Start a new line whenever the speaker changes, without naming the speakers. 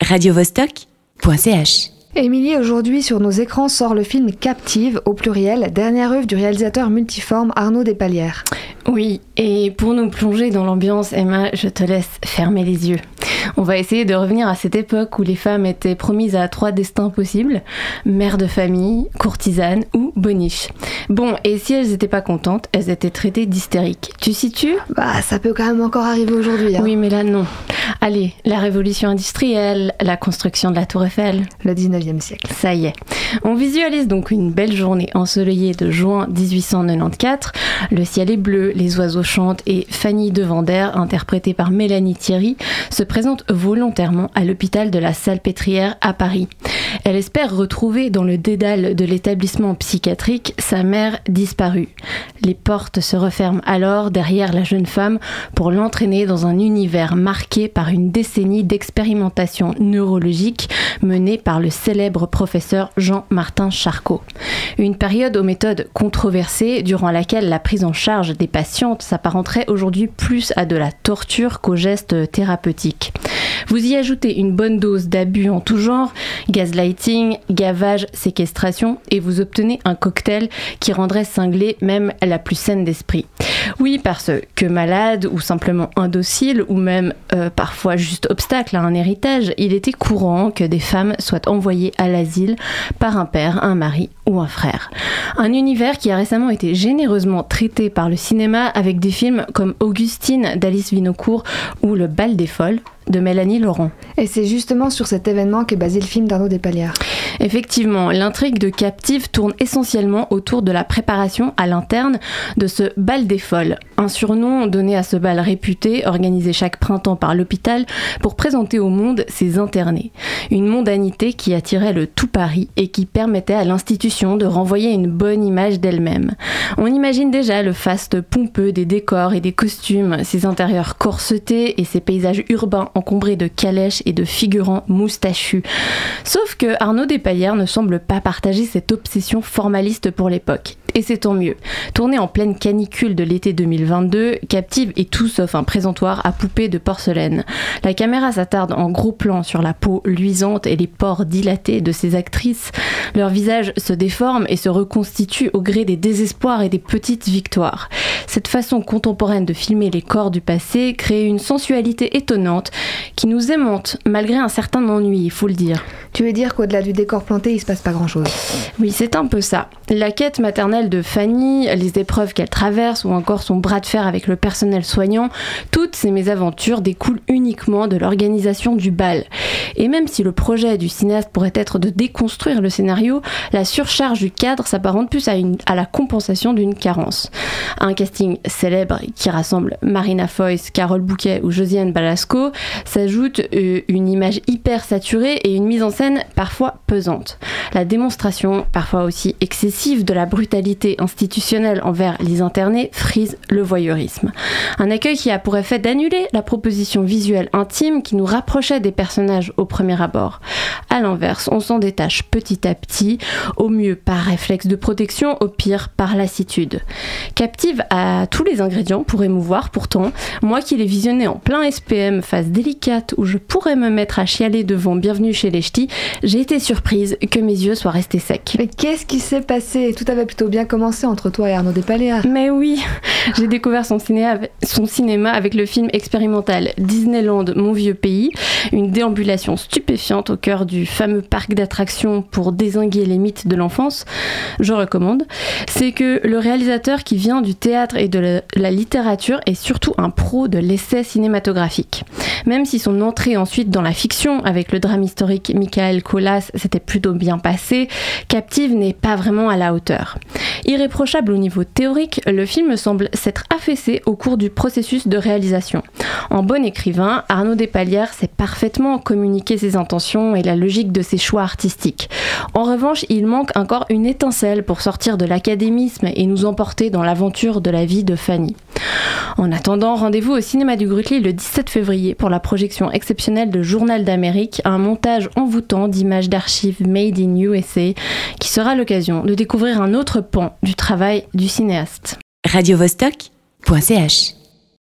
radiovostok.ch.
Émilie, aujourd'hui sur nos écrans sort le film Captive, au pluriel, dernière œuvre du réalisateur multiforme Arnaud Despalières.
Oui, et pour nous plonger dans l'ambiance, Emma, je te laisse fermer les yeux. On va essayer de revenir à cette époque où les femmes étaient promises à 3 destins possibles, mère de famille, courtisane ou boniche. Bon, et si elles n'étaient pas contentes, elles étaient traitées d'hystériques. Tu situes ?
Ça peut quand même encore arriver aujourd'hui.
Oui, mais là non. Allez, la révolution industrielle, la construction de la Tour Eiffel.
Le 19e siècle.
Ça y est. On visualise donc une belle journée ensoleillée de juin 1894. Le ciel est bleu, les oiseaux chantent et Fanny Devander, interprétée par Mélanie Thierry, se présente volontairement à l'hôpital de la Salpêtrière à Paris. Elle espère retrouver dans le dédale de l'établissement psychiatrique sa mère disparue. Les portes se referment alors derrière la jeune femme pour l'entraîner dans un univers marqué par une décennie d'expérimentation neurologique menée par le célèbre professeur Jean-Martin Charcot. Une période aux méthodes controversées durant laquelle la prise en charge des patientes s'apparenterait aujourd'hui plus à de la torture qu'aux gestes thérapeutiques. Vous y ajoutez une bonne dose d'abus en tout genre, gaslighting, gavage, séquestration, et vous obtenez un cocktail qui rendrait cinglée même la plus saine d'esprit. Oui, parce que malade ou simplement indocile, ou même parfois juste obstacle à un héritage, il était courant que des femmes soient envoyées à l'asile par un père, un mari ou un frère. Un univers qui a récemment été généreusement traité par le cinéma avec des films comme Augustine d'Alice Vinocourt ou Le Bal des Folles de Mélanie Laurent.
Et c'est justement sur cet événement qu'est basé le film d'Arnaud Despalières.
Effectivement, l'intrigue de Captive tourne essentiellement autour de la préparation à l'interne de ce Bal des Folles, un surnom donné à ce bal réputé, organisé chaque printemps par l'hôpital pour présenter au monde ses internés. Une mondanité qui attirait le tout Paris et qui permettait à l'institution de renvoyer une bonne image d'elle-même. On imagine déjà le faste pompeux des décors et des costumes, ses intérieurs corsetés et ses paysages urbains encombrés de calèches et de figurants moustachus. Sauf que Arnaud Despalières ne semble pas partager cette obsession formaliste pour l'époque. Et c'est tant mieux. Tourné en pleine canicule de l'été 2022, Captive est tout sauf un présentoir à poupées de porcelaine. La caméra s'attarde en gros plan sur la peau luisante et les pores dilatés de ces actrices. Leurs visages se déforment et se reconstituent au gré des désespoirs et des petites victoires. Cette façon contemporaine de filmer les corps du passé crée une sensualité étonnante qui nous aimante malgré un certain ennui, il faut le dire.
Tu veux dire qu'au-delà du décor planté, il se passe pas grand-chose ?
Oui, c'est un peu ça. La quête maternelle de Fanny, les épreuves qu'elle traverse ou encore son bras de fer avec le personnel soignant, toutes ces mésaventures découlent uniquement de l'organisation du bal. Et même si le projet du cinéaste pourrait être de déconstruire le scénario, la surcharge du cadre s'apparente plus à la compensation d'une carence. Un casting célèbre qui rassemble Marina Foïs, Carole Bouquet ou Josiane Balasco s'ajoute une image hyper saturée et une mise en scène parfois pesante. La démonstration, parfois aussi excessive, de la brutalité institutionnelle envers les internés frise le voyeurisme. Un accueil qui a pour effet d'annuler la proposition visuelle intime qui nous rapprochait des personnages au premier abord. À l'inverse, on s'en détache petit à petit, au mieux par réflexe de protection, au pire par lassitude. Captive a tous les ingrédients pour émouvoir, pourtant, moi qui l'ai visionné en plein SPM, phase délicate où je pourrais me mettre à chialer devant Bienvenue chez les Ch'tis, j'ai été surprise que mes yeux soient restés secs.
Mais qu'est-ce qui s'est passé ? Tout avait plutôt bien commencé entre toi et Arnaud Despalières.
Mais oui, j'ai découvert son cinéma avec le film expérimental Disneyland, mon vieux pays, une déambulation stupéfiante au cœur du fameux parc d'attractions pour dézinguer les mythes de l'enfance. Je recommande. C'est que le réalisateur qui vient du théâtre et de la littérature est surtout un pro de l'essai cinématographique. Même si son entrée ensuite dans la fiction avec le drame historique Michael Colas s'était plutôt bien passé, Captive n'est pas vraiment à la hauteur. Irréprochable au niveau théorique, le film semble s'être affaissé au cours du processus de réalisation. En bon écrivain, Arnaud Despalières sait parfaitement communiquer ses intentions et la logique de ses choix artistiques. En revanche, il manque encore une étincelle pour sortir de l'académisme et nous emporter dans l'aventure de la vie de Fanny. En attendant, rendez-vous au cinéma du Grutli le 17 février pour la projection exceptionnelle de Journal d'Amérique, un montage envoûtant d'images d'archives made in USA qui sera l'occasion de découvrir un autre pan du travail du cinéaste.
radiovostok.ch